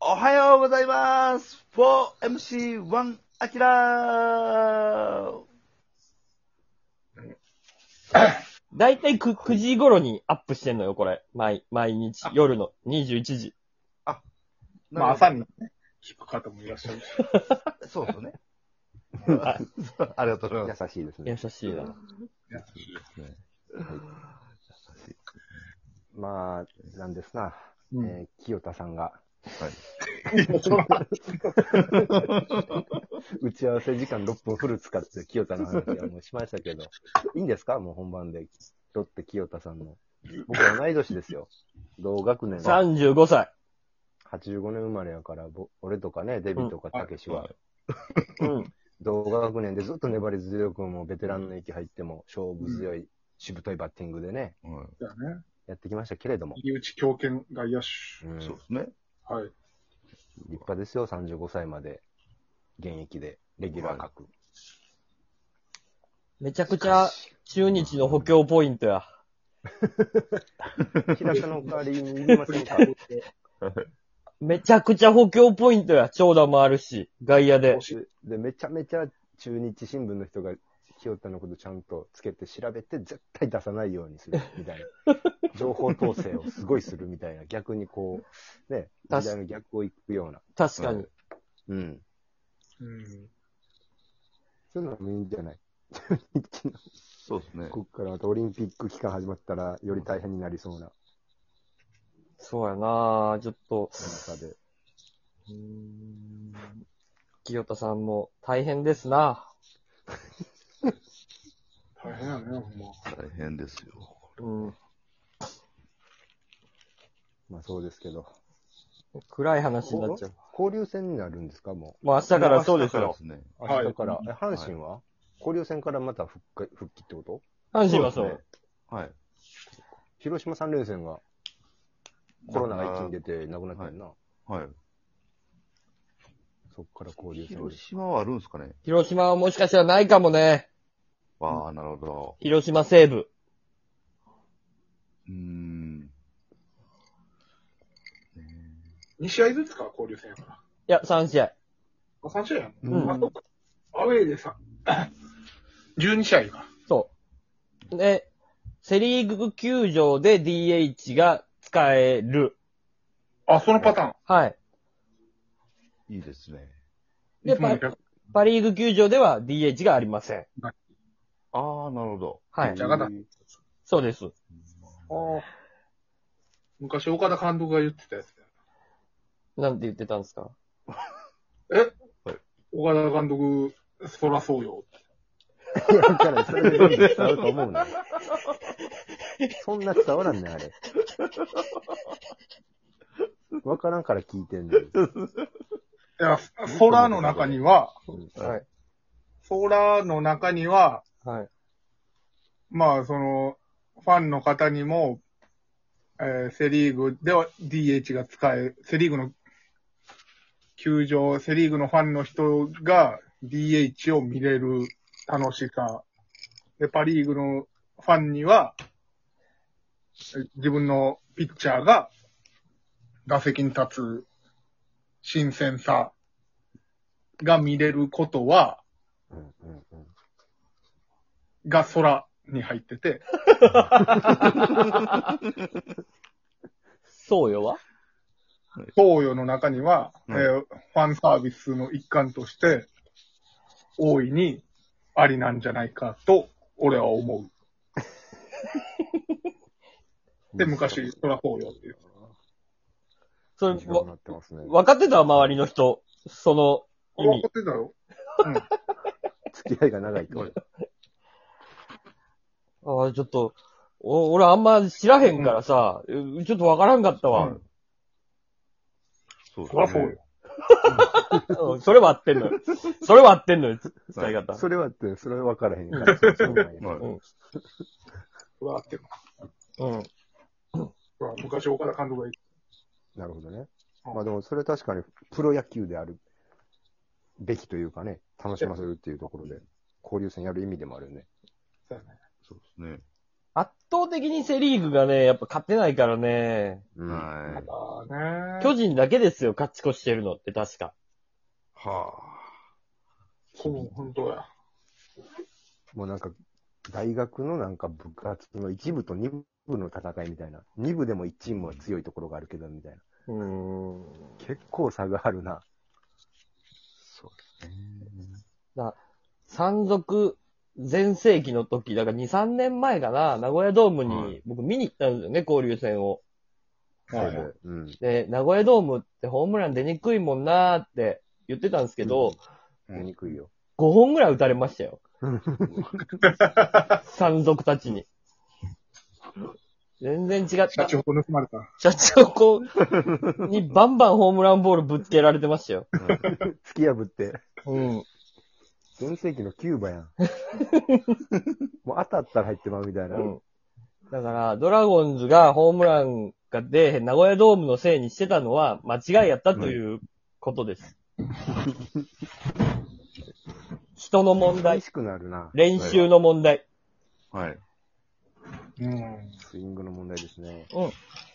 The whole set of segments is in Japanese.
おはようございます。4MC1 アキラだいたい9時頃にアップしてんのよ、これ。毎日、夜の21時。 まあ朝にね、聞く方もいらっしゃるし。 そうですね。ありがとうございます。 優しいですね。 優しいな。 まあ、なんですな。清田さんが。打ち合わせ時間6分フル使って清田の話はもうしましたけど。いいんですかもう本番で。ロッテ清田さんの。僕同い年ですよ。同学年。 35歳。 85年生まれやから、俺とかね、デビとかたけしは。 うん。 同学年でずっと粘り強くもベテランの域入っても勝負強い、しぶといバッティングでね、 だよね。 やってきましたけれども。 井内強肩外野手。 そうですね。 はい。 立派ですよ、35歳まで現役でレギュラー格。 めちゃくちゃ中日の補強ポイントや。 平田の代わりにいりませんかめちゃくちゃ補強ポイントや。長打もあるし、外野で。 で、めちゃめちゃ中日新聞の人が清田のことちゃんとつけて調べて絶対出さないようにするみたいな。情報統制をすごいするみたいな。逆にこう、ね、時代の逆を行くような。 確かに。 うん。そういうのもいいんじゃないそうですね。 こっからまたオリンピック期間始まったらより大変になりそうなそうやなぁ、ちょっと。 中で。 清田さんも大変ですな。 大変やね、ほんま。 大変ですよ。 うん。 まあそうですけど。 暗い話になっちゃう。 交流戦になるんですかももう明日からそうですよ。 ね。 う。明日から。阪神は交流戦からまた復帰ってこと阪神はそう。 そうですねはい。 広島3連戦がコロナが一気に出てなくなったんな。 はい。 そっから交流戦広島はあるんですかね。 広島はもしかしたらないかもね。 ああ、なるほど。 広島西部。 2試合ずつか、交流戦やから。 いや、3試合。 あ、3試合やうんん。あ、そっか。アウェーでさ、12試合か。 そう。で、セリーグ球場で DH が使える。 あ、そのパターン。 はい。 いいですね。 でいつもの逆パリーグ球場では DH がありません。 ああ、なるほど。 はい。 じゃがだ。 そうです。 昔岡田監督が言ってたやつだよ。 なんて言ってたんですか？ 岡田監督、そらそうよ。 いや、だからそれで全部伝わると思うね。そんな伝わらんね、あれ。わからんから聞いてんのに。 いや、空の中には、 はい。 空の中には、 はい。 まあ、その、ファンの方にも、セリーグでは DH が使え、セリーグの球場、セリーグのファンの人が DH を見れる楽しさ。で、パリーグのファンには、自分のピッチャーが打席に立つ新鮮さが見れることは、が空に入ってて、 そうよは東洋の中には、 うんファンサービスの一環として、大いにありなんじゃないかと、俺は思う。で、昔、そらそうよっていう。 それ、 面白くなってますね。 分かってた周りの人。その意味分かっ。てたよ。 付き合いが長いと。 ああ、ちょっと、俺あんま知らへんからさ、ちょっと分からんかったわ。 そうですそらそうよ。 うんそれは合ってんのよ。それは合ってんのよ、伝え方。 それはって、それは分からへんから。そうなんやはいうん。 それはあってる。 うん。 それは昔岡田監督が言ってなるほどね。 うんまあでもそれ確かにプロ野球であるべきというかね、楽しませるっていうところで、交流戦やる意味でもあるよね。 たよね。 そうですね。 圧倒的にセリーグがね、やっぱ勝ってないからね。 うん。 あはい。 あね。 巨人だけですよ、勝ち越してるのって確か。 はそう、本当や。 もうなんか、大学のなんか部活の一部と二部の戦いみたいな。二部でも一チームは強いところがあるけど、みたいな。結構差があるな。 そうですね。 山賊全盛期の時、だから2、3年前かな、名古屋ドームに僕見に行ったんですよね、交流戦を。 はいはい。 うん。 で、名古屋ドームってホームラン出にくいもんなーって言ってたんですけど、 出にくいよ。 5本ぐらい打たれましたよ。山賊たちに。全然違った。 社長盗まれた。 社長にバンバンホームランボールぶつけられてましたよ。 突き破って、 うん。 全盛期のキューバやん。もう当たったら入ってまうみたいな。 うん。だから、ドラゴンズがホームランが出えへん名古屋ドームのせいにしてたのは間違いやったということです。人の問題寂、しくなるな。 練習の問題。 はい。 うん。 スイングの問題ですね。 うん。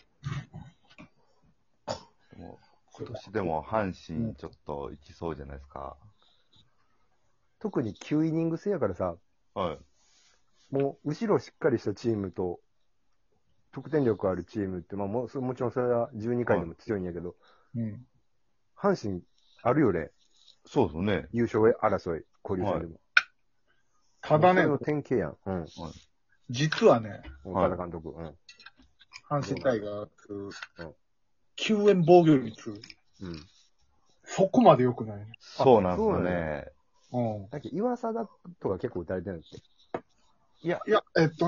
でも今年でも阪神ちょっと行きそうじゃないですか。 特に9イニング制やからさ、 はい。 もう後ろしっかりしたチームと、得点力あるチームって、まあもちろんそれは12回でも強いんやけど、 うん。 阪神あるよね。 そうですよね。 優勝争い、交流戦でも。 ただねそれ、の典型やん。うん。 実はね、 岡田監督。うん。 阪神タイガースうん、 救援防御率、 うん。 そこまで良くないね。 そうなんですよそうなんね。 うん。 だっけ岩佐だとか結構打たれてるんだっけ。 いや、 ね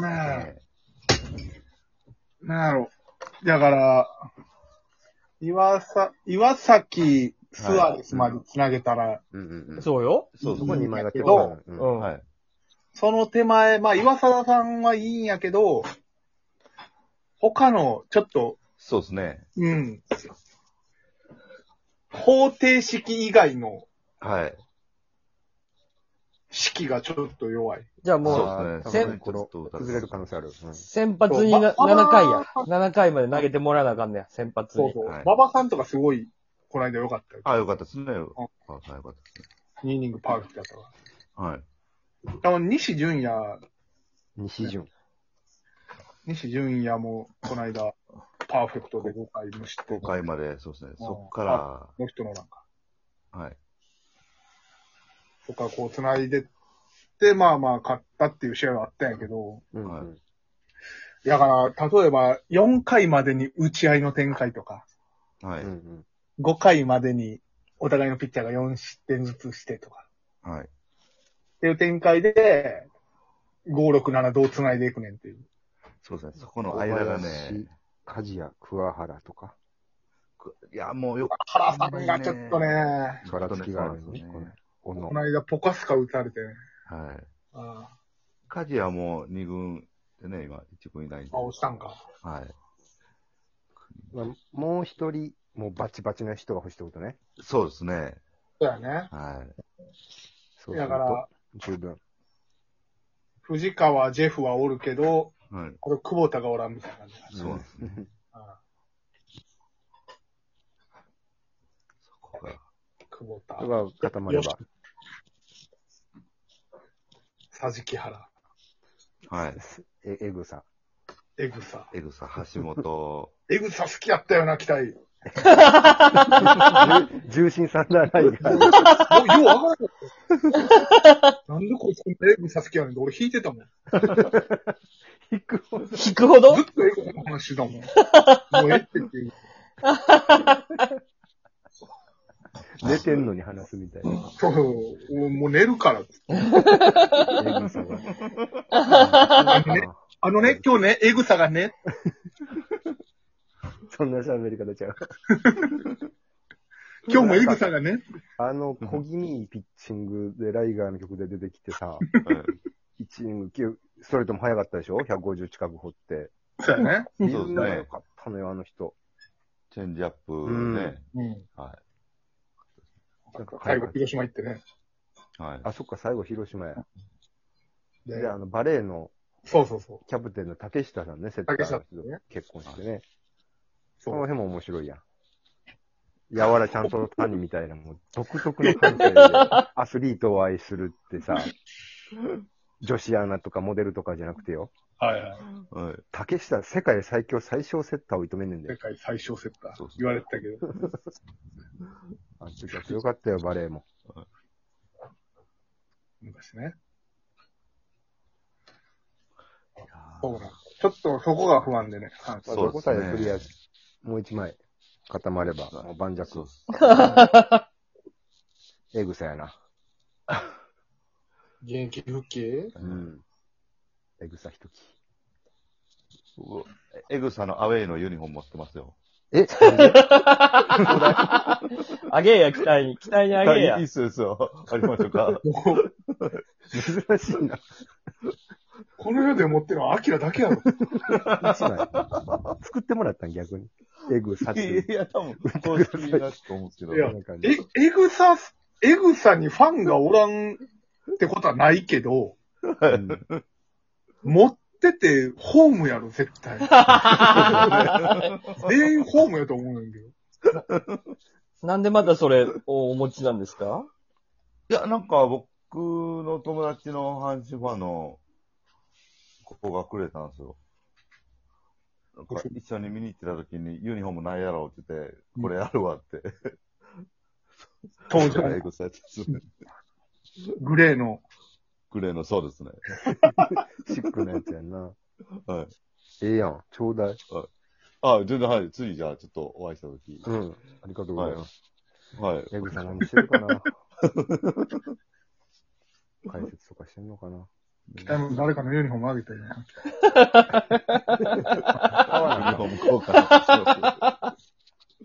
なんやろ。だから、岩崎、スアレスまで繋げたら、 うんうんうん。 そうよ。 そうそこに前が手どがうん。 うん。 はい。 その手前、まあ、岩貞さんはいいんやけど、他の、ちょっと、 そうですね。 うん。方程式以外のはい。 式がちょっと弱い。 じゃあもう、 そうですね。 この崩れる可能性ある。うん。 先発になそう 7回や。7回まで投げてもらわなあかんねや、先発に。 そうそう。 はい馬場さんとかすごい、この間良かったよ。 あ、よかったですね。よかったですね。 2イニングパーフェクトやったかはい。 ら。多分西純也西純也も、この間、パーフェクトで5回無失点。 5回まで、そうですね。そっかの人のなんか、 ら、はい。 そっからこう繋いでって、まあまあ勝ったっていう試合はあったんやけど、 うん。 はいうん。 だから、例えば4回までに打ち合いの展開とか、 はい。 うん 5回までにお互いのピッチャーが4失点ずつしてとか、 はい。 っていう展開で、5、6、7どう繋いでいくねんっていう。 そうですね。そこの間がね、 梶谷、桑原とか、 いや、もうよ原さんがちょっとね、 ばらつきがあるそうですね。 このこの間ポカスカ打たれてね、 はい。 あ梶谷も2軍でね、今、1軍いないんで。 あ、押したんか。 はい。 まあもう一人、もうバチバチな人が欲しいってことね。 そうですね。 そうやね。 はい。 そうするだからと、十分。 藤川、ジェフはおるけど、 はい。 これ久保田がおらんみたいな感じ。 そうですね。 ああそこが。 久保田それ、が固まれば。 佐木原、 はい。 エグさ。 エグサ。 エグサ、橋本。 エグサ好きやったよな、期待。 重心サンダーライガー。 もう、ようわからなかった。なんでこいつエグサ好きやねんって俺弾いてたもん。 引くほど。 引くほどずっとエグサの話してたもん。もうええっていう。 寝てんのに話すみたいな。 そう、もう寝るから。 エグさが。 あのね、今日ね、エグサがね、 そんな喋り方ちゃう。 今日もエグサがね、 小気味いいピッチングでライガーの曲で出てきてさ、 はい。 1イニング9、ストレートも速かったでしょ ?150 近く掘って。 そうやね。 そうですねみんな良かったのよ、あの人。 チェンジアップね。 うん。 はなんか最後、広島行ってね。 い。はい。 あ、そっか、最後広島や。 でで、バレーのそうそうそう。 キャプテンの竹下さんね、セッターの人竹下ね結婚してね。 そこの辺も面白いやん。やわらちゃんと谷みたいな、もう独特の感性で、アスリートを愛するってさ、女子アナとかモデルとかじゃなくてよ。 はいはい。 はい。 竹下、世界最強最小セッターを射止めんねんで世。界最小セッターそうそう言われてたけど。 あっちが強かったよ、バレーも。 昔ね。 いやそうなん。ちょっとそこが不安でね。 まあ、 そうどこさですねえクリア、もう一枚固まれば、もう盤石。 そうっす。 エグさやな。 現役復帰うん。エグさ一つ。 僕エグサのアウェイのユニフォーム持ってますよ。 えなんであげえや、期待に。期待にあげえやいいっ。すよ、いいっすよ。ありましょうか。 珍しいな。 この世で持ってるのはアキラだけやろ。 一枚。作ってもらったん、逆に。エグさっていう。 いや、多分、公式だと思うんですけど。 いやなんかねエグさにファンがおらんってことはないけど、 うん持っててホームやろ、絶対。全員ホームやと思うんだけど。 なんでまたそれをお持ちなんですか？ いや、なんか僕の友達の阪神ファンの子がくれたんですよ。なんか一緒に見に行ってた時にユニフォームないやろって言って、これやるわって。 当時エグサやつですね。 グレーの。 グレーの、そうですね。 シックなやつやんな。 はい。 ええやん。ちょうだい。 あ、全然、はい。次じゃあちょっとお会いした時。 うん。ありがとうございます。 はい。 エグさ何してるかな解説とかしてんのかな誰かのユニフォームあげたらいいやん。 ユニフォーム交換します。